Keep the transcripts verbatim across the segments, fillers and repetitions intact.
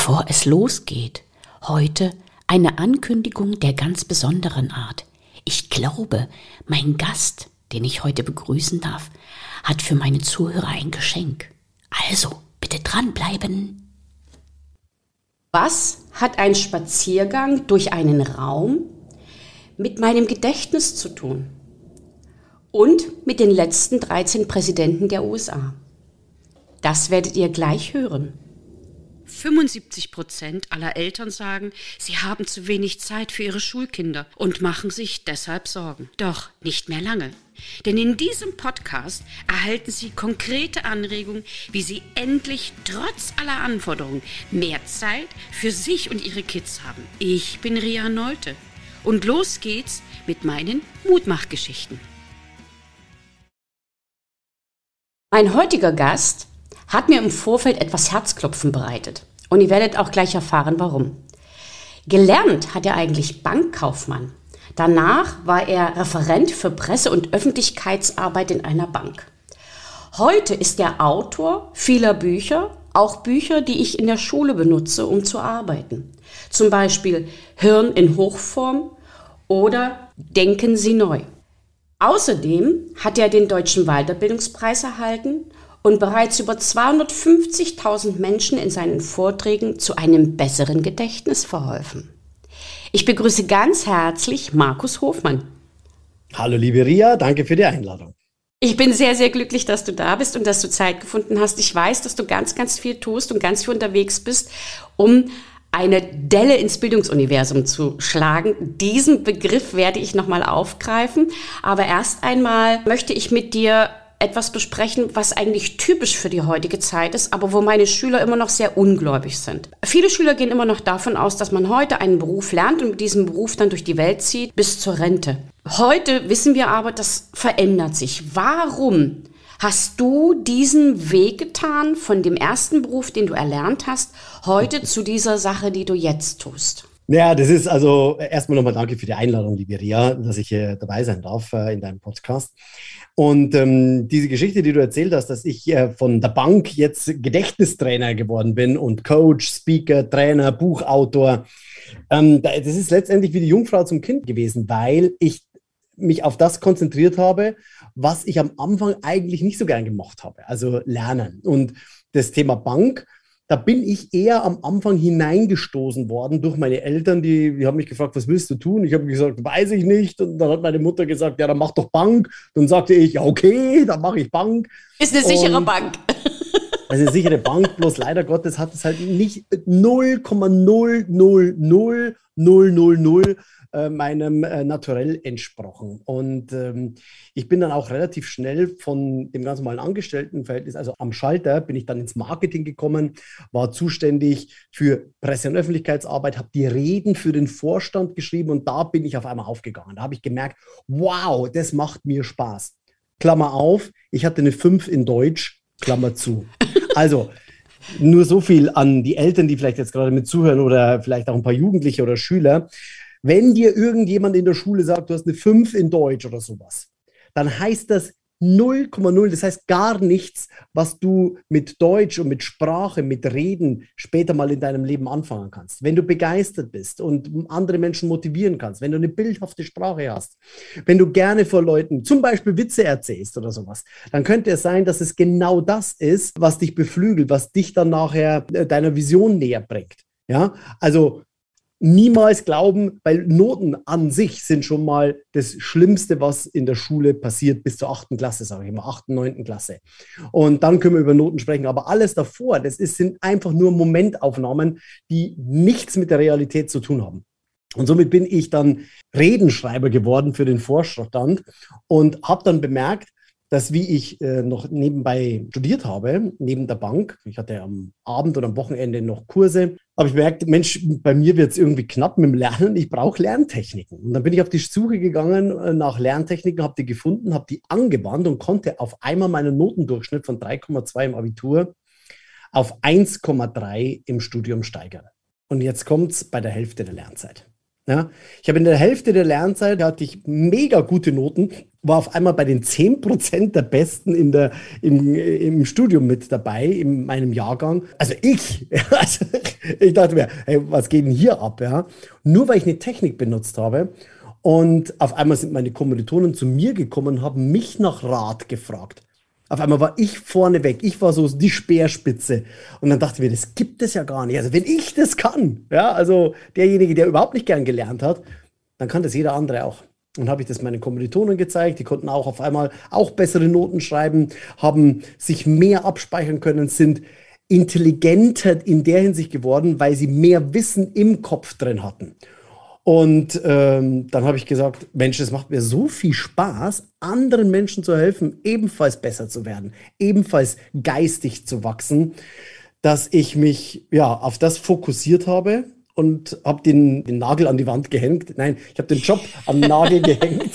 Bevor es losgeht, heute eine Ankündigung der ganz besonderen Art. Ich glaube, mein Gast, den ich heute begrüßen darf, hat für meine Zuhörer ein Geschenk. Also, bitte dranbleiben. Was hat ein Spaziergang durch einen Raum mit meinem Gedächtnis zu tun? Und mit den letzten dreizehn Präsidenten der U S A? Das werdet ihr gleich hören. fünfundsiebzig Prozent aller Eltern sagen, sie haben zu wenig Zeit für ihre Schulkinder und machen sich deshalb Sorgen. Doch nicht mehr lange. Denn in diesem Podcast erhalten Sie konkrete Anregungen, wie Sie endlich trotz aller Anforderungen mehr Zeit für sich und Ihre Kids haben. Ich bin Ria Nolte und los geht's mit meinen Mutmachgeschichten. Mein heutiger Gast hat mir im Vorfeld etwas Herzklopfen bereitet. Und ihr werdet auch gleich erfahren, warum. Gelernt hat er eigentlich Bankkaufmann. Danach war er Referent für Presse- und Öffentlichkeitsarbeit in einer Bank. Heute ist er Autor vieler Bücher, auch Bücher, die ich in der Schule benutze, um zu arbeiten. Zum Beispiel Hirn in Hochform oder Denken Sie neu. Außerdem hat er den Deutschen Weiterbildungspreis erhalten und bereits über zweihundertfünfzigtausend Menschen in seinen Vorträgen zu einem besseren Gedächtnis verholfen. Ich begrüße ganz herzlich Markus Hofmann. Hallo liebe Ria, danke für die Einladung. Ich bin sehr, sehr glücklich, dass du da bist und dass du Zeit gefunden hast. Ich weiß, dass du ganz, ganz viel tust und ganz viel unterwegs bist, um eine Delle ins Bildungsuniversum zu schlagen. Diesen Begriff werde ich nochmal aufgreifen. Aber erst einmal möchte ich mit dir etwas besprechen, was eigentlich typisch für die heutige Zeit ist, aber wo meine Schüler immer noch sehr ungläubig sind. Viele Schüler gehen immer noch davon aus, dass man heute einen Beruf lernt und mit diesem Beruf dann durch die Welt zieht bis zur Rente. Heute wissen wir aber, das verändert sich. Warum hast du diesen Weg getan von dem ersten Beruf, den du erlernt hast, heute zu dieser Sache, die du jetzt tust? Ja, das ist also erstmal nochmal danke für die Einladung, liebe Ria, dass ich hier dabei sein darf äh, in deinem Podcast. Und ähm, diese Geschichte, die du erzählt hast, dass ich äh, von der Bank jetzt Gedächtnistrainer geworden bin und Coach, Speaker, Trainer, Buchautor, ähm, das ist letztendlich wie die Jungfrau zum Kind gewesen, weil ich mich auf das konzentriert habe, was ich am Anfang eigentlich nicht so gern gemacht habe, also lernen. Und das Thema Bank, da bin ich eher am Anfang hineingestoßen worden durch meine Eltern, die, die haben mich gefragt, was willst du tun? Ich habe gesagt, weiß ich nicht. Und dann hat meine Mutter gesagt, ja, dann mach doch Bank. Dann sagte ich, ja, okay, dann mache ich Bank. Ist eine sichere und Bank. Also eine sichere Bank, bloß leider Gottes hat es halt nicht null Komma null null null null null null äh, meinem äh, Naturell entsprochen. Und ähm, ich bin dann auch relativ schnell von dem ganz normalen Angestelltenverhältnis, also am Schalter, bin ich dann ins Marketing gekommen, war zuständig für Presse- und Öffentlichkeitsarbeit, habe die Reden für den Vorstand geschrieben und da bin ich auf einmal aufgegangen. Da habe ich gemerkt, wow, das macht mir Spaß. Klammer auf, ich hatte eine fünf in Deutsch, Klammer zu. Also, nur so viel an die Eltern, die vielleicht jetzt gerade mit zuhören oder vielleicht auch ein paar Jugendliche oder Schüler. Wenn dir irgendjemand in der Schule sagt, du hast eine fünf in Deutsch oder sowas, dann heißt das null Komma null, das heißt gar nichts, was du mit Deutsch und mit Sprache, mit Reden später mal in deinem Leben anfangen kannst. Wenn du begeistert bist und andere Menschen motivieren kannst, wenn du eine bildhafte Sprache hast, wenn du gerne vor Leuten zum Beispiel Witze erzählst oder sowas, dann könnte es sein, dass es genau das ist, was dich beflügelt, was dich dann nachher deiner Vision näher bringt. Ja, also niemals glauben, weil Noten an sich sind schon mal das Schlimmste, was in der Schule passiert, bis zur achten Klasse, sage ich immer, achten, neunten Klasse. Und dann können wir über Noten sprechen. Aber alles davor, das ist, sind einfach nur Momentaufnahmen, die nichts mit der Realität zu tun haben. Und somit bin ich dann Redenschreiber geworden für den Vorstand und habe dann bemerkt, dass wie ich äh, noch nebenbei studiert habe, neben der Bank, ich hatte am Abend oder am Wochenende noch Kurse, habe ich gemerkt, Mensch, bei mir wird es irgendwie knapp mit dem Lernen, ich brauche Lerntechniken. Und dann bin ich auf die Suche gegangen äh, nach Lerntechniken, habe die gefunden, habe die angewandt und konnte auf einmal meinen Notendurchschnitt von drei Komma zwei im Abitur auf eins Komma drei im Studium steigern. Und jetzt kommt es bei der Hälfte der Lernzeit. Ja, ich habe in der Hälfte der Lernzeit, da hatte ich mega gute Noten, war auf einmal bei den zehn Prozent der Besten in der, im, im Studium mit dabei, in meinem Jahrgang. Also ich, also ich dachte mir, hey, was geht denn hier ab? Ja? Nur weil ich eine Technik benutzt habe. Und auf einmal sind meine Kommilitonen zu mir gekommen und haben mich nach Rat gefragt. Auf einmal war ich vorneweg, ich war so die Speerspitze. Und dann dachte ich mir, das gibt es ja gar nicht. Also wenn ich das kann, ja, also derjenige, der überhaupt nicht gern gelernt hat, dann kann das jeder andere auch. Und habe ich das meinen Kommilitonen gezeigt, die konnten auch auf einmal auch bessere Noten schreiben, haben sich mehr abspeichern können, sind intelligenter in der Hinsicht geworden, weil sie mehr Wissen im Kopf drin hatten. Und ähm, dann habe ich gesagt, Mensch, es macht mir so viel Spaß, anderen Menschen zu helfen, ebenfalls besser zu werden, ebenfalls geistig zu wachsen, dass ich mich ja auf das fokussiert habe und habe den, den Nagel an die Wand gehängt. Nein, ich habe den Job am Nagel gehängt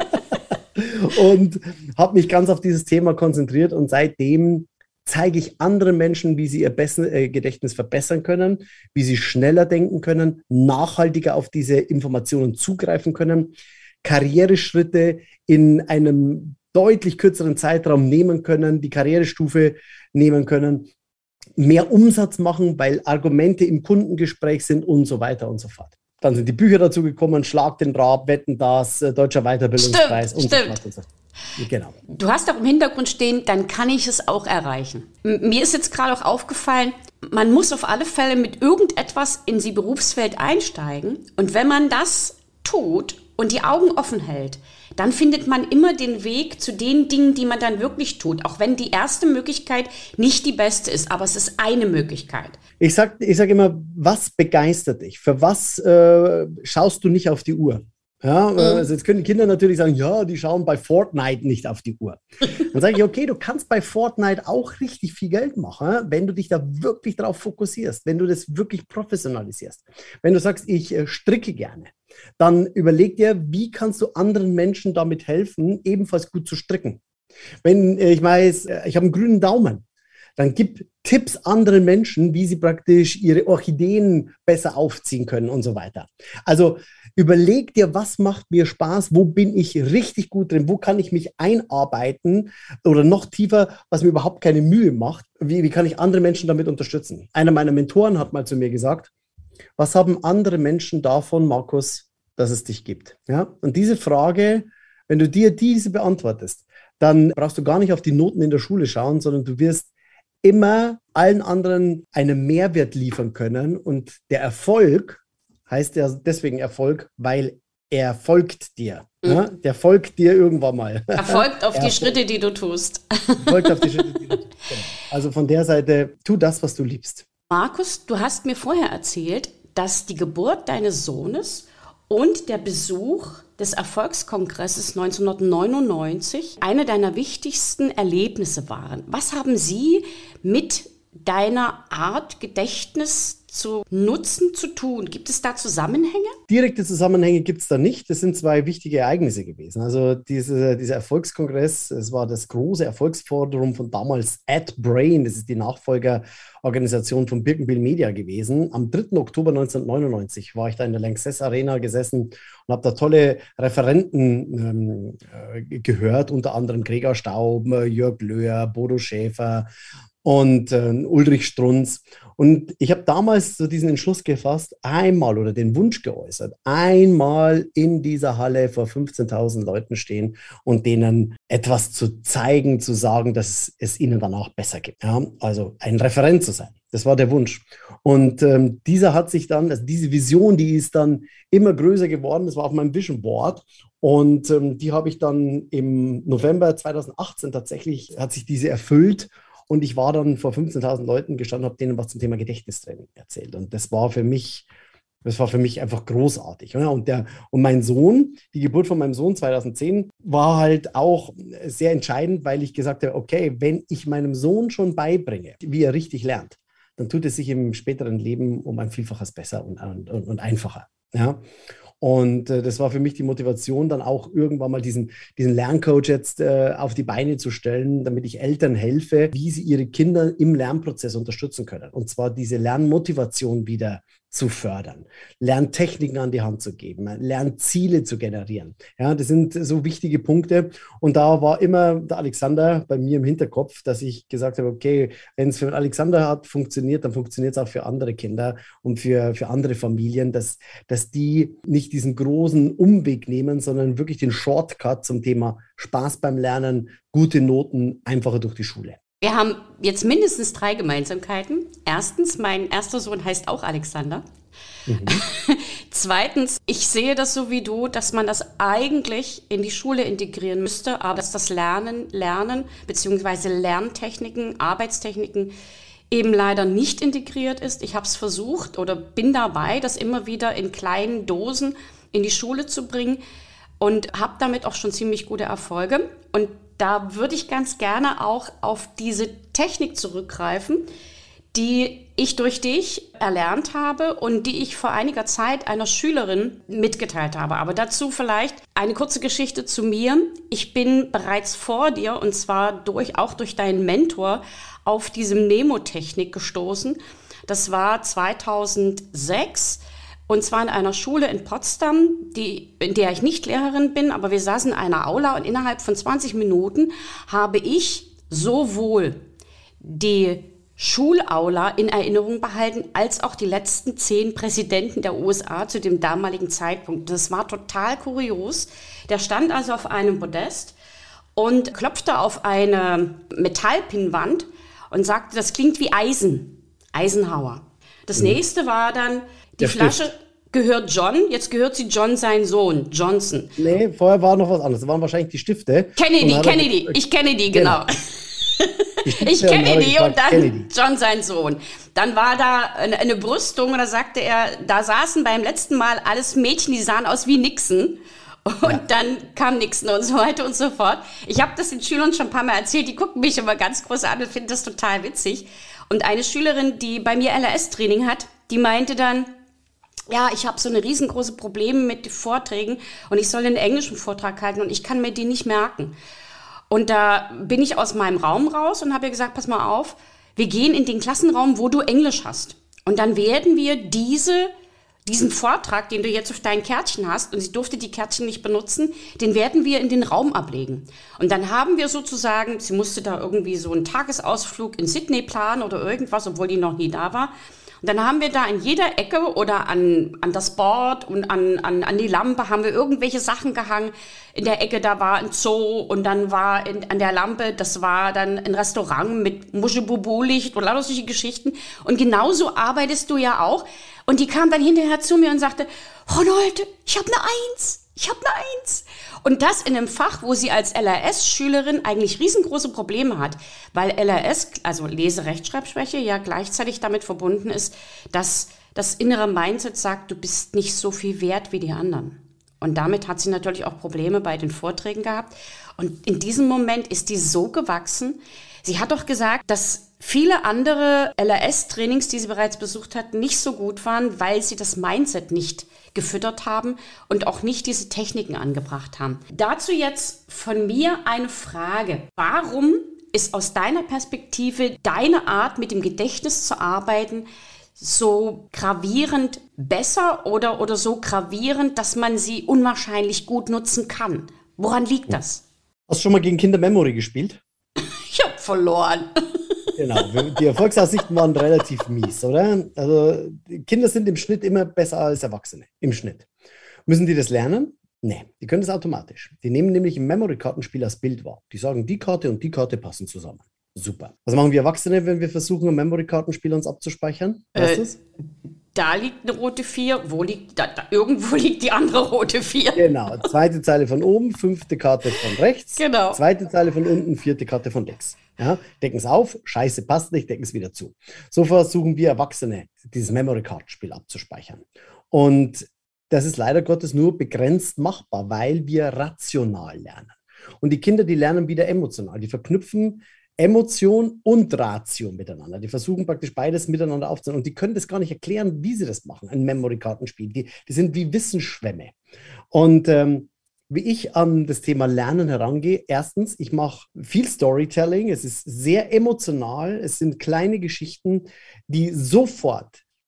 und habe mich ganz auf dieses Thema konzentriert. Und seitdem zeige ich anderen Menschen, wie sie ihr Bessen, äh, Gedächtnis verbessern können, wie sie schneller denken können, nachhaltiger auf diese Informationen zugreifen können, Karriereschritte in einem deutlich kürzeren Zeitraum nehmen können, die Karrierestufe nehmen können, mehr Umsatz machen, weil Argumente im Kundengespräch sind und so weiter und so fort. Dann sind die Bücher dazu gekommen, Schlag den Raab, Wetten, das, äh, Deutscher Weiterbildungspreis stimmt, und stimmt. so weiter und so fort. Genau. Du hast auch im Hintergrund stehen, dann kann ich es auch erreichen. M- Mir ist jetzt gerade auch aufgefallen, man muss auf alle Fälle mit irgendetwas in die Berufswelt einsteigen. Und wenn man das tut und die Augen offen hält, dann findet man immer den Weg zu den Dingen, die man dann wirklich tut. Auch wenn die erste Möglichkeit nicht die beste ist, aber es ist eine Möglichkeit. Ich sag, ich sag immer, was begeistert dich? Für was äh, schaust du nicht auf die Uhr? Ja, mhm. Also jetzt können die Kinder natürlich sagen, ja, die schauen bei Fortnite nicht auf die Uhr. Dann sage ich, okay, du kannst bei Fortnite auch richtig viel Geld machen, wenn du dich da wirklich drauf fokussierst, wenn du das wirklich professionalisierst. Wenn du sagst, ich äh, stricke gerne, dann überleg dir, wie kannst du anderen Menschen damit helfen, ebenfalls gut zu stricken. Wenn äh, ich weiß, äh, ich habe einen grünen Daumen, dann gib Tipps anderen Menschen, wie sie praktisch ihre Orchideen besser aufziehen können und so weiter. Also überleg dir, was macht mir Spaß, wo bin ich richtig gut drin, wo kann ich mich einarbeiten oder noch tiefer, was mir überhaupt keine Mühe macht, wie, wie kann ich andere Menschen damit unterstützen. Einer meiner Mentoren hat mal zu mir gesagt, was haben andere Menschen davon, Markus, dass es dich gibt? Ja? Und diese Frage, wenn du dir diese beantwortest, dann brauchst du gar nicht auf die Noten in der Schule schauen, sondern du wirst immer allen anderen einen Mehrwert liefern können. Und der Erfolg heißt ja deswegen Erfolg, weil er folgt dir. Mhm. Ja? Der folgt dir irgendwann mal. Er folgt auf er die Schritte, die du tust. Folgt auf die Schritte, die du tust. Also von der Seite, tu das, was du liebst. Markus, du hast mir vorher erzählt, dass die Geburt deines Sohnes und der Besuch des Erfolgskongresses neunzehnhundertneunundneunzig eine deiner wichtigsten Erlebnisse waren. Was haben Sie mit deiner Art, Gedächtnis zu nutzen, zu tun? Gibt es da Zusammenhänge? Direkte Zusammenhänge gibt es da nicht. Das sind zwei wichtige Ereignisse gewesen. Also diese, dieser Erfolgskongress, es war das große Erfolgsforum von damals AdBrain, das ist die Nachfolgerorganisation von Birkenbill Media gewesen. Am dritten Oktober neunzehnhundertneunundneunzig war ich da in der Lanxess Arena gesessen und habe da tolle Referenten ähm, äh, gehört, unter anderem Gregor Staub, Jörg Löhr, Bodo Schäfer und äh, Ulrich Strunz. Und ich habe damals so diesen Entschluss gefasst, einmal oder den Wunsch geäußert, einmal in dieser Halle vor fünfzehntausend Leuten stehen und denen etwas zu zeigen, zu sagen, dass es ihnen danach besser geht. Ja? Also ein Referent zu sein. Das war der Wunsch. Und ähm, dieser hat sich dann, also diese Vision, die ist dann immer größer geworden. Das war auf meinem Vision Board. Und ähm, die habe ich dann im November zweitausendachtzehn tatsächlich, hat sich diese erfüllt. Und ich war dann vor fünfzehntausend Leuten gestanden, habe denen was zum Thema Gedächtnistraining erzählt. Und das war für mich, das war für mich einfach großartig. Ja? Und, der, und mein Sohn, die Geburt von meinem Sohn zweitausendzehn, war halt auch sehr entscheidend, weil ich gesagt habe, okay, wenn ich meinem Sohn schon beibringe, wie er richtig lernt, dann tut es sich im späteren Leben um ein Vielfaches besser und, und, und einfacher. Ja? Und äh, das war für mich die Motivation, dann auch irgendwann mal diesen, diesen Lerncoach jetzt äh, auf die Beine zu stellen, damit ich Eltern helfe, wie sie ihre Kinder im Lernprozess unterstützen können. Und zwar diese Lernmotivation wieder zu fördern, Lerntechniken an die Hand zu geben, Lernziele zu generieren. Ja, das sind so wichtige Punkte. Und da war immer der Alexander bei mir im Hinterkopf, dass ich gesagt habe, okay, wenn es für den Alexander hat funktioniert, dann funktioniert es auch für andere Kinder und für, für andere Familien, dass, dass die nicht diesen großen Umweg nehmen, sondern wirklich den Shortcut zum Thema Spaß beim Lernen, gute Noten, einfacher durch die Schule. Wir haben jetzt mindestens drei Gemeinsamkeiten. Erstens, mein erster Sohn heißt auch Alexander. Mhm. Zweitens, ich sehe das so wie du, dass man das eigentlich in die Schule integrieren müsste, aber dass das Lernen, Lernen bzw. Lerntechniken, Arbeitstechniken eben leider nicht integriert ist. Ich habe es versucht oder bin dabei, das immer wieder in kleinen Dosen in die Schule zu bringen und habe damit auch schon ziemlich gute Erfolge. Und da würde ich ganz gerne auch auf diese Technik zurückgreifen, die ich durch dich erlernt habe und die ich vor einiger Zeit einer Schülerin mitgeteilt habe. Aber dazu vielleicht eine kurze Geschichte zu mir. Ich bin bereits vor dir, und zwar durch, auch durch deinen Mentor, auf diese Mnemotechnik gestoßen. Das war zweitausendsechs. Und zwar in einer Schule in Potsdam, die, in der ich nicht Lehrerin bin, aber wir saßen in einer Aula und innerhalb von zwanzig Minuten habe ich sowohl die Schulaula in Erinnerung behalten, als auch die letzten zehn Präsidenten der U S A zu dem damaligen Zeitpunkt. Das war total kurios. Der stand also auf einem Podest und klopfte auf eine Metallpinnwand und sagte, das klingt wie Eisen, Eisenhower. Das mhm. nächste war dann, die Der Flasche Stift. Gehört John, jetzt gehört sie John, sein Sohn, Johnson. Nee, vorher war noch was anderes. Das waren wahrscheinlich die Stifte. Kennedy, Kennedy, ich kenne die, genau. Ich kenne die und dann Kennedy. John, sein Sohn. Dann war da eine, eine Brüstung und da sagte er, da saßen beim letzten Mal alles Mädchen, die sahen aus wie Nixon. Und ja. dann kam Nixon und so weiter und so fort. Ich habe das den Schülern schon ein paar Mal erzählt, die gucken mich immer ganz groß an und finden das total witzig. Und eine Schülerin, die bei mir L R S-Training hat, die meinte dann, ja, ich habe so eine riesengroße Probleme mit den Vorträgen und ich soll einen englischen Vortrag halten und ich kann mir die nicht merken. Und da bin ich aus meinem Raum raus und habe ihr gesagt, pass mal auf, wir gehen in den Klassenraum, wo du Englisch hast. Und dann werden wir diese, diesen Vortrag, den du jetzt auf deinen Kärtchen hast, und sie durfte die Kärtchen nicht benutzen, den werden wir in den Raum ablegen. Und dann haben wir sozusagen, sie musste da irgendwie so einen Tagesausflug in Sydney planen oder irgendwas, obwohl die noch nie da war. Und dann haben wir da in jeder Ecke oder an, an das Board und an, an, an die Lampe haben wir irgendwelche Sachen gehangen. In der Ecke, da war ein Zoo und dann war in, an der Lampe, das war dann ein Restaurant mit Muschebubu-Licht und lauter solche Geschichten. Und genauso arbeitest du ja auch. Und die kam dann hinterher zu mir und sagte, Ronald, ich habe eine Eins. Ich habe eine Eins. Und das in einem Fach, wo sie als L R S-Schülerin eigentlich riesengroße Probleme hat, weil L R S, also Lese-Rechtschreibschwäche, ja gleichzeitig damit verbunden ist, dass das innere Mindset sagt, du bist nicht so viel wert wie die anderen. Und damit hat sie natürlich auch Probleme bei den Vorträgen gehabt. Und in diesem Moment ist die so gewachsen. Sie hat doch gesagt, dass viele andere L R S-Trainings, die sie bereits besucht hat, nicht so gut waren, weil sie das Mindset nicht gefüttert haben und auch nicht diese Techniken angebracht haben. Dazu jetzt von mir eine Frage. Warum ist aus deiner Perspektive deine Art, mit dem Gedächtnis zu arbeiten, so gravierend besser oder, oder so gravierend, dass man sie unwahrscheinlich gut nutzen kann? Woran liegt das? Hast du schon mal gegen Kinder Memory gespielt? Ich habe verloren. Genau, die Erfolgsaussichten waren relativ mies, oder? Also Kinder sind im Schnitt immer besser als Erwachsene, im Schnitt. Müssen die das lernen? Nee, die können das automatisch. Die nehmen nämlich im Memory-Kartenspiel das Bild wahr. Die sagen, die Karte und die Karte passen zusammen. Super. Was machen wir Erwachsene, wenn wir versuchen, ein Memory-Kartenspiel uns abzuspeichern? Weißt äh, du's? Da liegt eine rote vier, wo liegt, da, da, irgendwo liegt die andere rote vier. Genau, zweite Zeile von oben, fünfte Karte von rechts, genau. Zweite Zeile von unten, vierte Karte von links. Ja, decken es auf, scheiße, passt nicht, decken es wieder zu. So versuchen wir Erwachsene, dieses Memory-Card-Spiel abzuspeichern. Und das ist leider Gottes nur begrenzt machbar, weil wir rational lernen. Und die Kinder, die lernen wieder emotional. Die verknüpfen Emotion und Ratio miteinander. Die versuchen praktisch beides miteinander aufzunehmen. Und die können das gar nicht erklären, wie sie das machen, ein Memory-Kartenspiel. Die, die sind wie Wissensschwämme. Und ähm, wie ich an das Thema Lernen herangehe, erstens, ich mache viel Storytelling. Es ist sehr emotional. Es sind kleine Geschichten, die sofort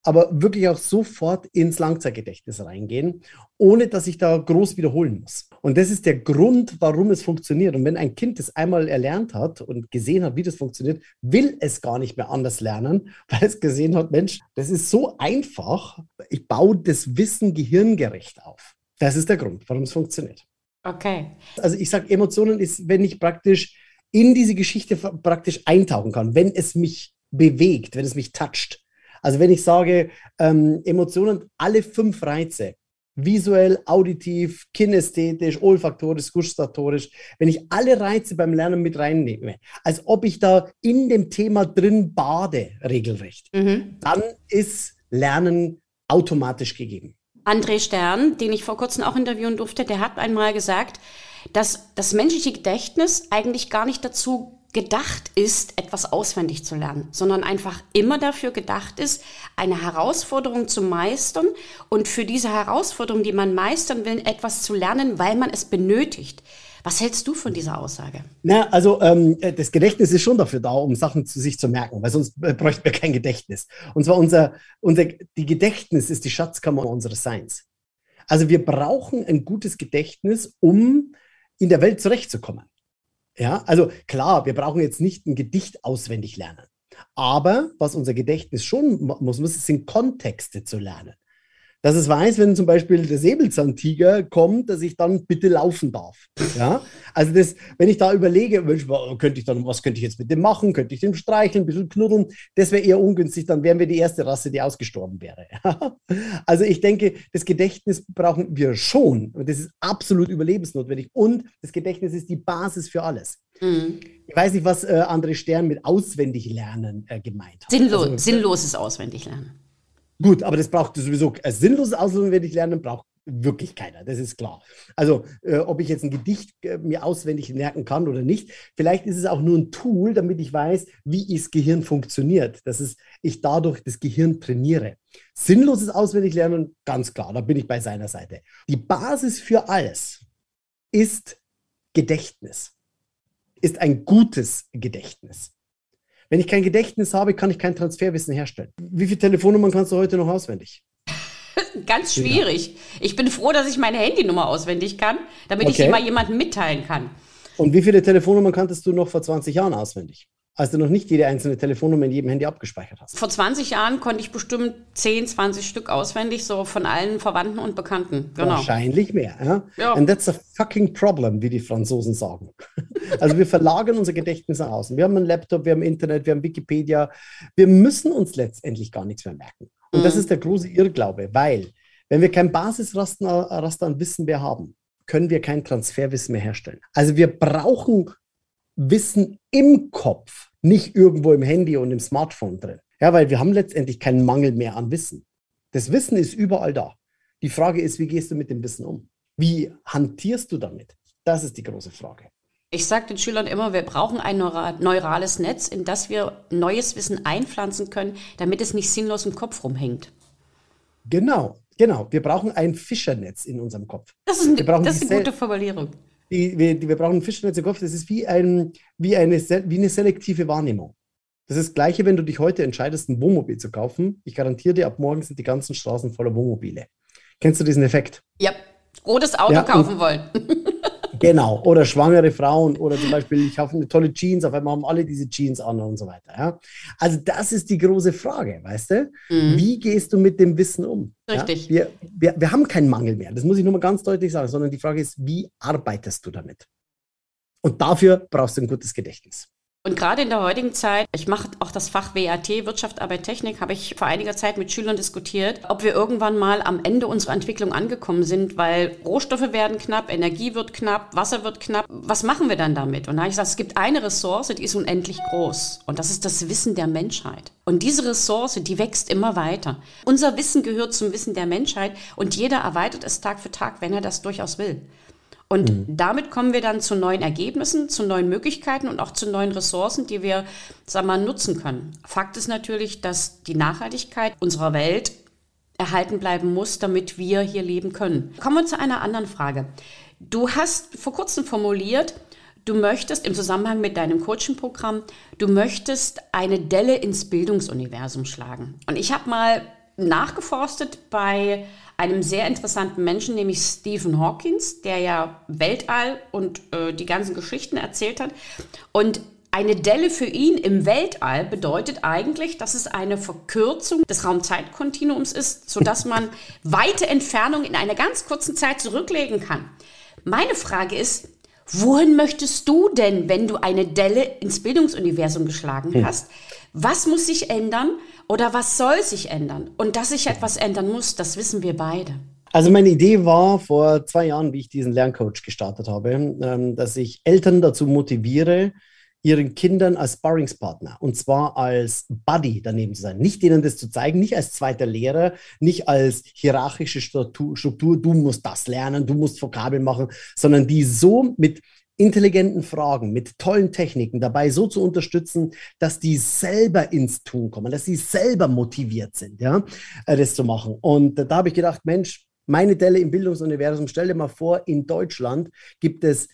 aber wirklich auch sofort ins Langzeitgedächtnis reingehen, ohne dass ich da groß wiederholen muss. Und das ist der Grund, warum es funktioniert. Und wenn ein Kind das einmal erlernt hat und gesehen hat, wie das funktioniert, will es gar nicht mehr anders lernen, weil es gesehen hat, Mensch, das ist so einfach, ich baue das Wissen gehirngerecht auf. Das ist der Grund, warum es funktioniert. Okay. Also ich sage, Emotionen ist, wenn ich praktisch in diese Geschichte praktisch eintauchen kann, wenn es mich bewegt, wenn es mich toucht. Also wenn ich sage, ähm, Emotionen, alle fünf Reize, visuell, auditiv, kinästhetisch, olfaktorisch, gustatorisch, wenn ich alle Reize beim Lernen mit reinnehme, als ob ich da in dem Thema drin bade, regelrecht, mhm. dann ist Lernen automatisch gegeben. André Stern, den ich vor kurzem auch interviewen durfte, der hat einmal gesagt, dass das menschliche Gedächtnis eigentlich gar nicht dazu gedacht ist, etwas auswendig zu lernen, sondern einfach immer dafür gedacht ist, eine Herausforderung zu meistern und für diese Herausforderung, die man meistern will, etwas zu lernen, weil man es benötigt. Was hältst du von dieser Aussage? Na, also ähm, das Gedächtnis ist schon dafür da, um Sachen zu sich zu merken, weil sonst äh, bräuchten wir kein Gedächtnis. Und zwar unser, unser die Gedächtnis ist die Schatzkammer unseres Seins. Also wir brauchen ein gutes Gedächtnis, um in der Welt zurechtzukommen. Ja, also klar, wir brauchen jetzt nicht ein Gedicht auswendig lernen. Aber was unser Gedächtnis schon muss, muss sind Kontexte zu lernen. Dass es weiß, wenn zum Beispiel der Säbelzahntiger kommt, dass ich dann bitte laufen darf. Ja? Also das, wenn ich da überlege, Mensch, könnte ich dann, was könnte ich jetzt mit dem machen? Könnte ich dem streicheln, ein bisschen knuddeln? Das wäre eher ungünstig, dann wären wir die erste Rasse, die ausgestorben wäre. Also ich denke, das Gedächtnis brauchen wir schon. Und das ist absolut überlebensnotwendig. Und das Gedächtnis ist die Basis für alles. Mhm. Ich weiß nicht, was äh, André Stern mit auswendig lernen äh, gemeint hat. Sinnlos, also, sinnloses auswendig lernen. Gut, aber das braucht sowieso, äh, sinnloses auswendig lernen braucht wirklich keiner, das ist klar. Also, äh, ob ich jetzt ein Gedicht äh, mir auswendig merken kann oder nicht, vielleicht ist es auch nur ein Tool, damit ich weiß, wie das Gehirn funktioniert, dass es, ich dadurch das Gehirn trainiere. Sinnloses auswendig lernen, ganz klar, da bin ich bei seiner Seite. Die Basis für alles ist Gedächtnis, ist ein gutes Gedächtnis. Wenn ich kein Gedächtnis habe, kann ich kein Transferwissen herstellen. Wie viele Telefonnummern kannst du heute noch auswendig? Ganz schwierig. Ja. Ich bin froh, dass ich meine Handynummer auswendig kann, damit okay. ich immer jemandem mitteilen kann. Und wie viele Telefonnummern kanntest du noch vor zwanzig Jahren auswendig? Als du noch nicht jede einzelne Telefonnummer in jedem Handy abgespeichert hast. Vor zwanzig Jahren konnte ich bestimmt zehn, zwanzig Stück auswendig, so von allen Verwandten und Bekannten. Genau. Wahrscheinlich mehr. Ja? Ja. And that's a fucking problem, wie die Franzosen sagen. Also wir verlagern unser Gedächtnis nach außen. Wir haben einen Laptop, wir haben Internet, wir haben Wikipedia. Wir müssen uns letztendlich gar nichts mehr merken. Und mhm. das ist der große Irrglaube, weil wenn wir kein Basisraster Raster an Wissen mehr haben, können wir kein Transferwissen mehr herstellen. Also wir brauchen Wissen im Kopf, nicht irgendwo im Handy und im Smartphone drin. Ja, weil wir haben letztendlich keinen Mangel mehr an Wissen. Das Wissen ist überall da. Die Frage ist, wie gehst du mit dem Wissen um? Wie hantierst du damit? Das ist die große Frage. Ich sage den Schülern immer, wir brauchen ein neurales Netz, in das wir neues Wissen einpflanzen können, damit es nicht sinnlos im Kopf rumhängt. Genau, genau. Wir brauchen ein Fischernetz in unserem Kopf. Das ist, ein, das ist eine gute Formulierung. Die, wir, die, wir brauchen ein Fischernetz im Kopf, das ist wie, ein, wie, eine, wie eine selektive Wahrnehmung. Das ist das Gleiche, wenn du dich heute entscheidest, ein Wohnmobil zu kaufen. Ich garantiere dir, ab morgen sind die ganzen Straßen voller Wohnmobile. Kennst du diesen Effekt? Ja, rotes Auto ja, kaufen wollen. Genau, oder schwangere Frauen oder zum Beispiel, ich kaufe eine tolle Jeans, auf einmal haben alle diese Jeans an und so weiter. Ja? Also das ist die große Frage, weißt du? Mhm. Wie gehst du mit dem Wissen um? Richtig. Ja? Wir, wir, wir haben keinen Mangel mehr, das muss ich nur mal ganz deutlich sagen, sondern die Frage ist, wie arbeitest du damit? Und dafür brauchst du ein gutes Gedächtnis. Und gerade in der heutigen Zeit, ich mache auch das Fach W A T, Wirtschaft, Arbeit, Technik, habe ich vor einiger Zeit mit Schülern diskutiert, ob wir irgendwann mal am Ende unserer Entwicklung angekommen sind, weil Rohstoffe werden knapp, Energie wird knapp, Wasser wird knapp. Was machen wir dann damit? Und da habe ich gesagt, es gibt eine Ressource, die ist unendlich groß. Und das ist das Wissen der Menschheit. Und diese Ressource, die wächst immer weiter. Unser Wissen gehört zum Wissen der Menschheit und jeder erweitert es Tag für Tag, wenn er das durchaus will. Und mhm. damit kommen wir dann zu neuen Ergebnissen, zu neuen Möglichkeiten und auch zu neuen Ressourcen, die wir, sagen wir mal, nutzen können. Fakt ist natürlich, dass die Nachhaltigkeit unserer Welt erhalten bleiben muss, damit wir hier leben können. Kommen wir zu einer anderen Frage. Du hast vor kurzem formuliert, du möchtest im Zusammenhang mit deinem Coaching-Programm, du möchtest eine Delle ins Bildungsuniversum schlagen. Und ich habe mal nachgeforstet bei einem sehr interessanten Menschen, nämlich Stephen Hawking, der ja Weltall und äh, die ganzen Geschichten erzählt hat. Und eine Delle für ihn im Weltall bedeutet eigentlich, dass es eine Verkürzung des Raumzeitkontinuums ist, sodass man weite Entfernungen in einer ganz kurzen Zeit zurücklegen kann. Meine Frage ist, wohin möchtest du denn, wenn du eine Delle ins Bildungsuniversum geschlagen hast? Was muss sich ändern oder was soll sich ändern? Und dass sich etwas ändern muss, das wissen wir beide. Also meine Idee war vor zwei Jahren, wie ich diesen Lerncoach gestartet habe, dass ich Eltern dazu motiviere, ihren Kindern als Sparringspartner und zwar als Buddy daneben zu sein. Nicht denen das zu zeigen, nicht als zweiter Lehrer, nicht als hierarchische Struktur, Struktur, du musst das lernen, du musst Vokabeln machen, sondern die so mit intelligenten Fragen, mit tollen Techniken dabei so zu unterstützen, dass die selber ins Tun kommen, dass sie selber motiviert sind, ja, das zu machen. Und da habe ich gedacht, Mensch, meine Delle im Bildungsuniversum, stell dir mal vor, in Deutschland gibt es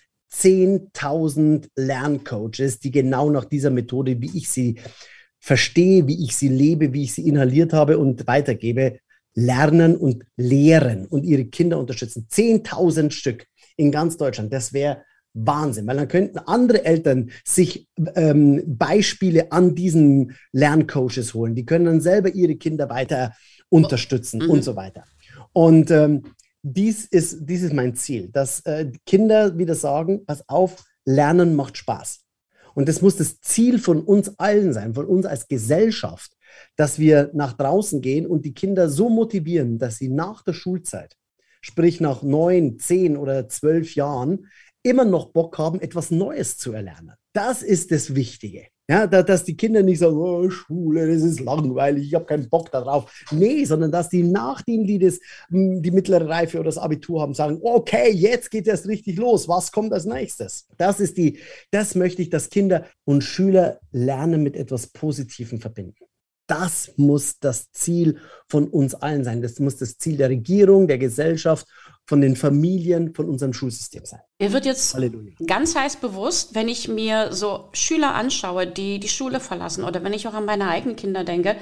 zehntausend Lerncoaches, die genau nach dieser Methode, wie ich sie verstehe, wie ich sie lebe, wie ich sie inhaliert habe und weitergebe, lernen und lehren und ihre Kinder unterstützen. zehntausend Stück in ganz Deutschland. Das wäre Wahnsinn, weil dann könnten andere Eltern sich ähm, Beispiele an diesen Lerncoaches holen. Die können dann selber ihre Kinder weiter unterstützen mhm. und so weiter. Und ähm, Dies ist, dies ist mein Ziel, dass äh, Kinder wieder sagen, pass auf, Lernen macht Spaß. Und das muss das Ziel von uns allen sein, von uns als Gesellschaft, dass wir nach draußen gehen und die Kinder so motivieren, dass sie nach der Schulzeit, sprich nach neun, zehn oder zwölf Jahren, immer noch Bock haben, etwas Neues zu erlernen. Das ist das Wichtige. Ja, da, dass die Kinder nicht sagen, oh, Schule, das ist langweilig, ich habe keinen Bock darauf. Nee, sondern dass die, nachdem die das, die mittlere Reife oder das Abitur haben, sagen, okay, jetzt geht es richtig los, was kommt als nächstes? Das ist die, das möchte ich, dass Kinder und Schüler Lernen mit etwas Positivem verbinden. Das muss das Ziel von uns allen sein. Das muss das Ziel der Regierung, der Gesellschaft, von den Familien, von unserem Schulsystem sein. Mir wird jetzt Halleluja. Ganz heiß bewusst, wenn ich mir so Schüler anschaue, die die Schule verlassen oder wenn ich auch an meine eigenen Kinder denke,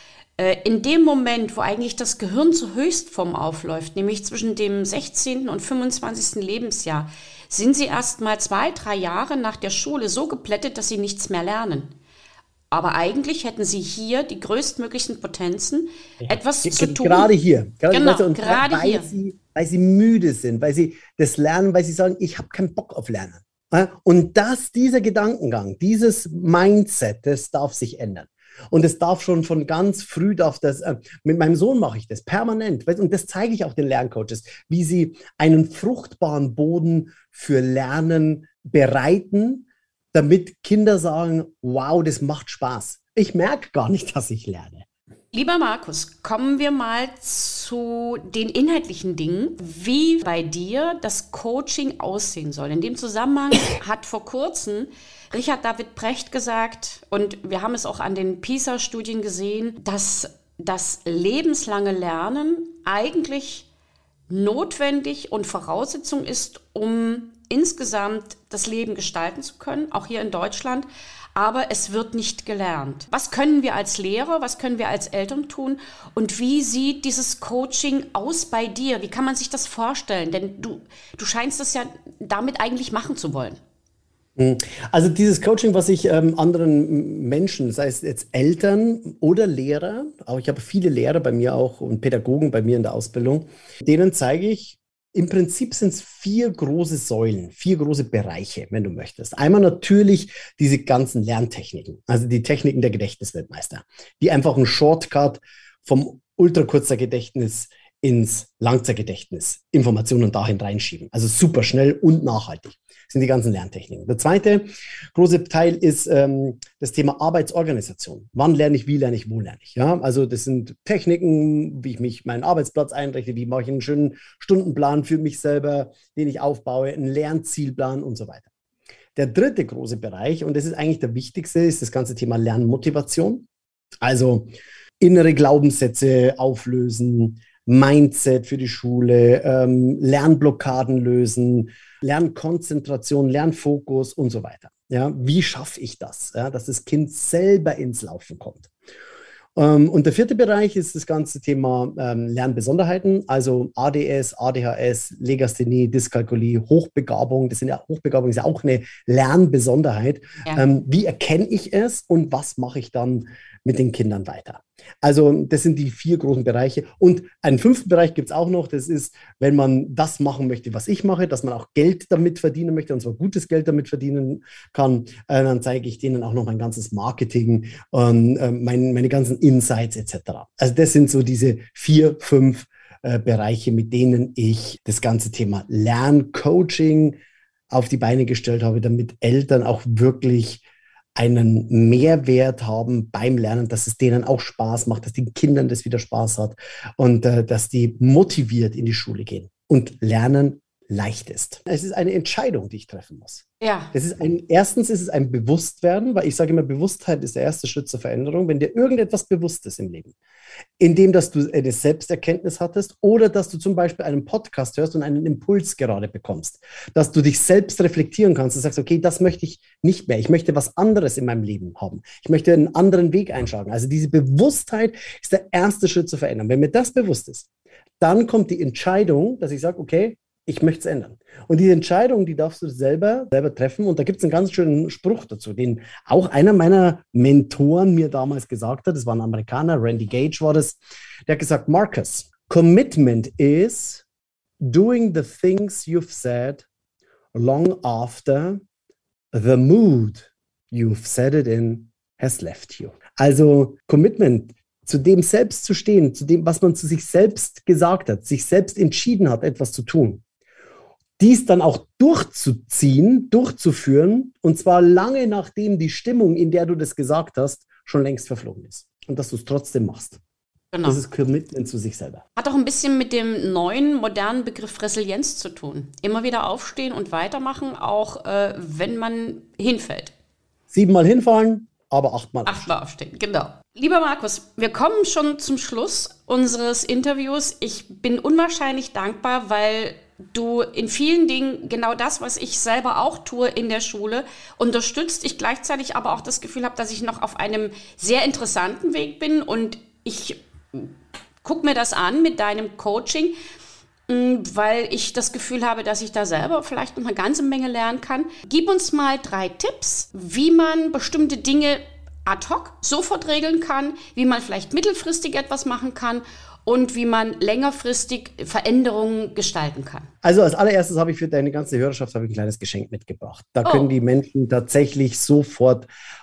in dem Moment, wo eigentlich das Gehirn zur Höchstform aufläuft, nämlich zwischen dem sechzehnten und fünfundzwanzigsten Lebensjahr, sind sie erst mal zwei, drei Jahre nach der Schule so geplättet, dass sie nichts mehr lernen. Aber eigentlich hätten sie hier die größtmöglichen Potenzen, ja, etwas g- zu tun. Gerade hier. Gerade, genau, weißt du, und gerade weil hier. Sie, weil sie müde sind, weil sie das lernen, weil sie sagen, ich habe keinen Bock auf Lernen. Und das, dieser Gedankengang, dieses Mindset, das darf sich ändern. Und es darf schon von ganz früh, darf das, äh, mit meinem Sohn mache ich das permanent. Und das zeige ich auch den Lerncoaches, wie sie einen fruchtbaren Boden für Lernen bereiten, damit Kinder sagen, wow, das macht Spaß. Ich merke gar nicht, dass ich lerne. Lieber Markus, kommen wir mal zu den inhaltlichen Dingen, wie bei dir das Coaching aussehen soll. In dem Zusammenhang hat vor kurzem Richard David Precht gesagt, und wir haben es auch an den PISA-Studien gesehen, dass das lebenslange Lernen eigentlich notwendig und Voraussetzung ist, um insgesamt das Leben gestalten zu können, auch hier in Deutschland. Aber es wird nicht gelernt. Was können wir als Lehrer, was können wir als Eltern tun und wie sieht dieses Coaching aus bei dir? Wie kann man sich das vorstellen? Denn du, du scheinst das ja damit eigentlich machen zu wollen. Also dieses Coaching, was ich ähm, anderen Menschen, sei es jetzt Eltern oder Lehrer, auch ich habe viele Lehrer bei mir auch und Pädagogen bei mir in der Ausbildung, denen zeige ich, im Prinzip sind es vier große Säulen, vier große Bereiche, wenn du möchtest. Einmal natürlich diese ganzen Lerntechniken, also die Techniken der Gedächtnisweltmeister, die einfach ein Shortcut vom Ultrakurzzeitgedächtnis ins Langzeitgedächtnis Informationen dahin reinschieben. Also super schnell und nachhaltig sind die ganzen Lerntechniken. Der zweite große Teil ist ähm, das Thema Arbeitsorganisation. Wann lerne ich, wie lerne ich, wo lerne ich? Ja? Also das sind Techniken, wie ich mich meinen Arbeitsplatz einrichte, wie mache ich einen schönen Stundenplan für mich selber, den ich aufbaue, einen Lernzielplan und so weiter. Der dritte große Bereich, und das ist eigentlich der wichtigste, ist das ganze Thema Lernmotivation. Also innere Glaubenssätze auflösen, Mindset für die Schule, ähm, Lernblockaden lösen, Lernkonzentration, Lernfokus und so weiter. Ja, wie schaffe ich das, ja, dass das Kind selber ins Laufen kommt? Ähm, und der vierte Bereich ist das ganze Thema ähm, Lernbesonderheiten, also A D S, A D H S, Legasthenie, Dyskalkulie, Hochbegabung. Das sind ja Hochbegabung ist ja auch eine Lernbesonderheit. Ja. Ähm, wie erkenne ich es und was mache ich dann mit den Kindern weiter? Also das sind die vier großen Bereiche. Und einen fünften Bereich gibt es auch noch, das ist, wenn man das machen möchte, was ich mache, dass man auch Geld damit verdienen möchte, und zwar gutes Geld damit verdienen kann, äh, dann zeige ich denen auch noch mein ganzes Marketing und äh, mein, meine ganzen Insights et cetera. Also das sind so diese vier, fünf äh, Bereiche, mit denen ich das ganze Thema Lerncoaching auf die Beine gestellt habe, damit Eltern auch wirklich einen Mehrwert haben beim Lernen, dass es denen auch Spaß macht, dass den Kindern das wieder Spaß hat und äh, dass die motiviert in die Schule gehen und Lernen leicht ist. Es ist eine Entscheidung, die ich treffen muss. Ja. Das ist ein, erstens ist es ein Bewusstwerden, weil ich sage immer, Bewusstheit ist der erste Schritt zur Veränderung. Wenn dir irgendetwas bewusst ist im Leben, indem dass du eine Selbsterkenntnis hattest oder dass du zum Beispiel einen Podcast hörst und einen Impuls gerade bekommst, dass du dich selbst reflektieren kannst und sagst, okay, das möchte ich nicht mehr. Ich möchte was anderes in meinem Leben haben. Ich möchte einen anderen Weg einschlagen. Also diese Bewusstheit ist der erste Schritt zur Veränderung. Wenn mir das bewusst ist, dann kommt die Entscheidung, dass ich sage, okay, ich möchte es ändern. Und diese Entscheidung, die darfst du selber, selber treffen. Und da gibt es einen ganz schönen Spruch dazu, den auch einer meiner Mentoren mir damals gesagt hat. Das war ein Amerikaner, Randy Gage war das. Der hat gesagt, Marcus, commitment is doing the things you've said long after the mood you've said it in has left you. Also Commitment, zu dem selbst zu stehen, zu dem, was man zu sich selbst gesagt hat, sich selbst entschieden hat, etwas zu tun. Dies dann auch durchzuziehen, durchzuführen, und zwar lange nachdem die Stimmung, in der du das gesagt hast, schon längst verflogen ist. Und dass du es trotzdem machst. Genau. Das ist Commitment zu sich selber. Hat auch ein bisschen mit dem neuen, modernen Begriff Resilienz zu tun. Immer wieder aufstehen und weitermachen, auch äh, wenn man hinfällt. Siebenmal hinfallen, aber achtmal aufstehen. Achtmal aufstehen, genau. Lieber Markus, wir kommen schon zum Schluss unseres Interviews. Ich bin unwahrscheinlich dankbar, weil du in vielen Dingen genau das, was ich selber auch tue in der Schule, unterstützt. Ich gleichzeitig aber auch das Gefühl habe, dass ich noch auf einem sehr interessanten Weg bin, und ich gucke mir das an mit deinem Coaching, weil ich das Gefühl habe, dass ich da selber vielleicht noch eine ganze Menge lernen kann. Gib uns mal drei Tipps, wie man bestimmte Dinge ad hoc sofort regeln kann, wie man vielleicht mittelfristig etwas machen kann und wie man längerfristig Veränderungen gestalten kann. Also als allererstes habe ich für deine ganze Hörerschaft habe ich ein kleines Geschenk mitgebracht. Da Oh. können die Menschen tatsächlich sofort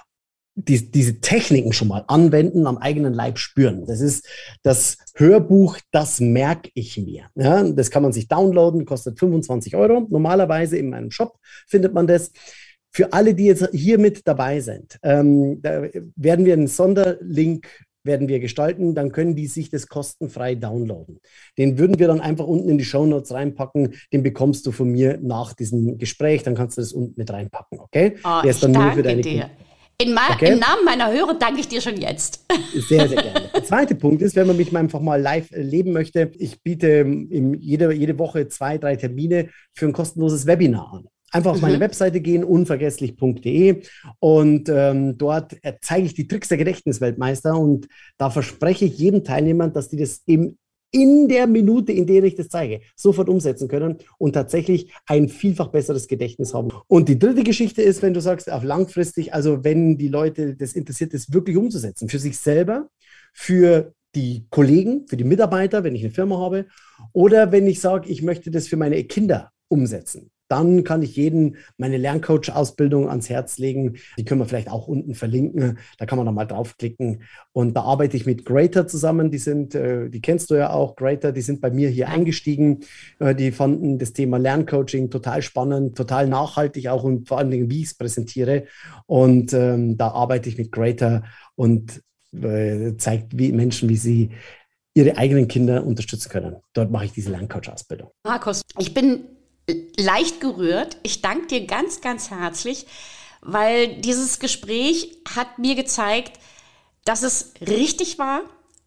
die, diese Techniken schon mal anwenden, am eigenen Leib spüren. Das ist das Hörbuch Das merke ich mir. Ja, das kann man sich downloaden, kostet fünfundzwanzig Euro. Normalerweise in meinem Shop findet man das. Für alle, die jetzt hier mit dabei sind, ähm, da werden wir einen Sonderlink werden wir gestalten, dann können die sich das kostenfrei downloaden. Den würden wir dann einfach unten in die Shownotes reinpacken, den bekommst du von mir nach diesem Gespräch, dann kannst du das unten mit reinpacken, okay? Oh, Der ist dann ich nur danke für deine dir. Kinder. In ma- Okay. Im Namen meiner Hörer danke ich dir schon jetzt. Sehr, sehr gerne. Der zweite Punkt ist, wenn man mich mal einfach mal live erleben möchte, ich biete im, jede, jede Woche zwei, drei Termine für ein kostenloses Webinar an. Einfach auf meine Mhm. Webseite gehen, unvergesslich punkt de, und ähm, dort zeige ich die Tricks der Gedächtnisweltmeister, und da verspreche ich jedem Teilnehmer, dass die das eben in der Minute, in der ich das zeige, sofort umsetzen können und tatsächlich ein vielfach besseres Gedächtnis haben. Und die dritte Geschichte ist, wenn du sagst, auf langfristig, also wenn die Leute das interessiert ist, wirklich umzusetzen, für sich selber, für die Kollegen, für die Mitarbeiter, wenn ich eine Firma habe, oder wenn ich sage, ich möchte das für meine Kinder umsetzen. Dann kann ich jedem meine Lerncoach-Ausbildung ans Herz legen. Die können wir vielleicht auch unten verlinken. Da kann man nochmal draufklicken. Und da arbeite ich mit Greater zusammen. Die sind, äh, die kennst du ja auch, Greater. Die sind bei mir hier eingestiegen. Äh, die fanden das Thema Lerncoaching total spannend, total nachhaltig auch, und vor allen Dingen, wie ich es präsentiere. Und ähm, da arbeite ich mit Greater und äh, zeigt wie Menschen, wie sie ihre eigenen Kinder unterstützen können. Dort mache ich diese Lerncoach-Ausbildung. Markus, ich bin leicht gerührt. Ich danke dir ganz, ganz herzlich, weil dieses Gespräch hat mir gezeigt, dass es richtig war,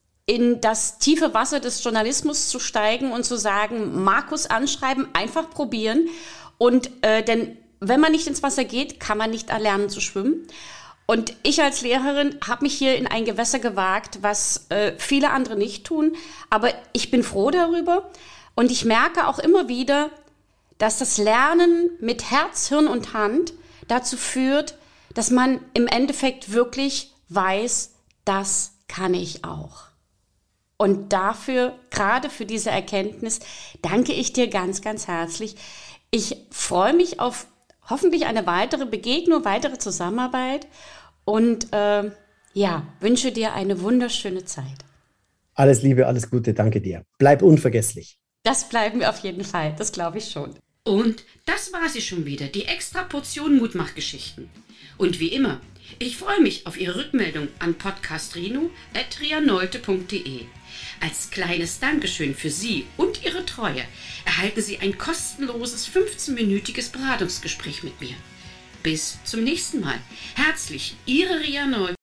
in das tiefe Wasser des Journalismus zu steigen und zu sagen, Markus anschreiben, einfach probieren. Und äh, denn wenn man nicht ins Wasser geht, kann man nicht erlernen zu schwimmen. Und ich als Lehrerin habe mich hier in ein Gewässer gewagt, was äh, viele andere nicht tun. Aber ich bin froh darüber. Und ich merke auch immer wieder, dass das Lernen mit Herz, Hirn und Hand dazu führt, dass man im Endeffekt wirklich weiß, das kann ich auch. Und dafür, gerade für diese Erkenntnis, danke ich dir ganz, ganz herzlich. Ich freue mich auf hoffentlich eine weitere Begegnung, weitere Zusammenarbeit und äh, ja, wünsche dir eine wunderschöne Zeit. Alles Liebe, alles Gute, danke dir. Bleib unvergesslich. Das bleiben wir auf jeden Fall, das glaube ich schon. Und das war sie schon wieder, die extra Portion Mutmachgeschichten. Und wie immer, ich freue mich auf Ihre Rückmeldung an podcastrino at rianolte punkt de. Als kleines Dankeschön für Sie und Ihre Treue erhalten Sie ein kostenloses fünfzehnminütiges Beratungsgespräch mit mir. Bis zum nächsten Mal. Herzlich, Ihre Ria Nolte.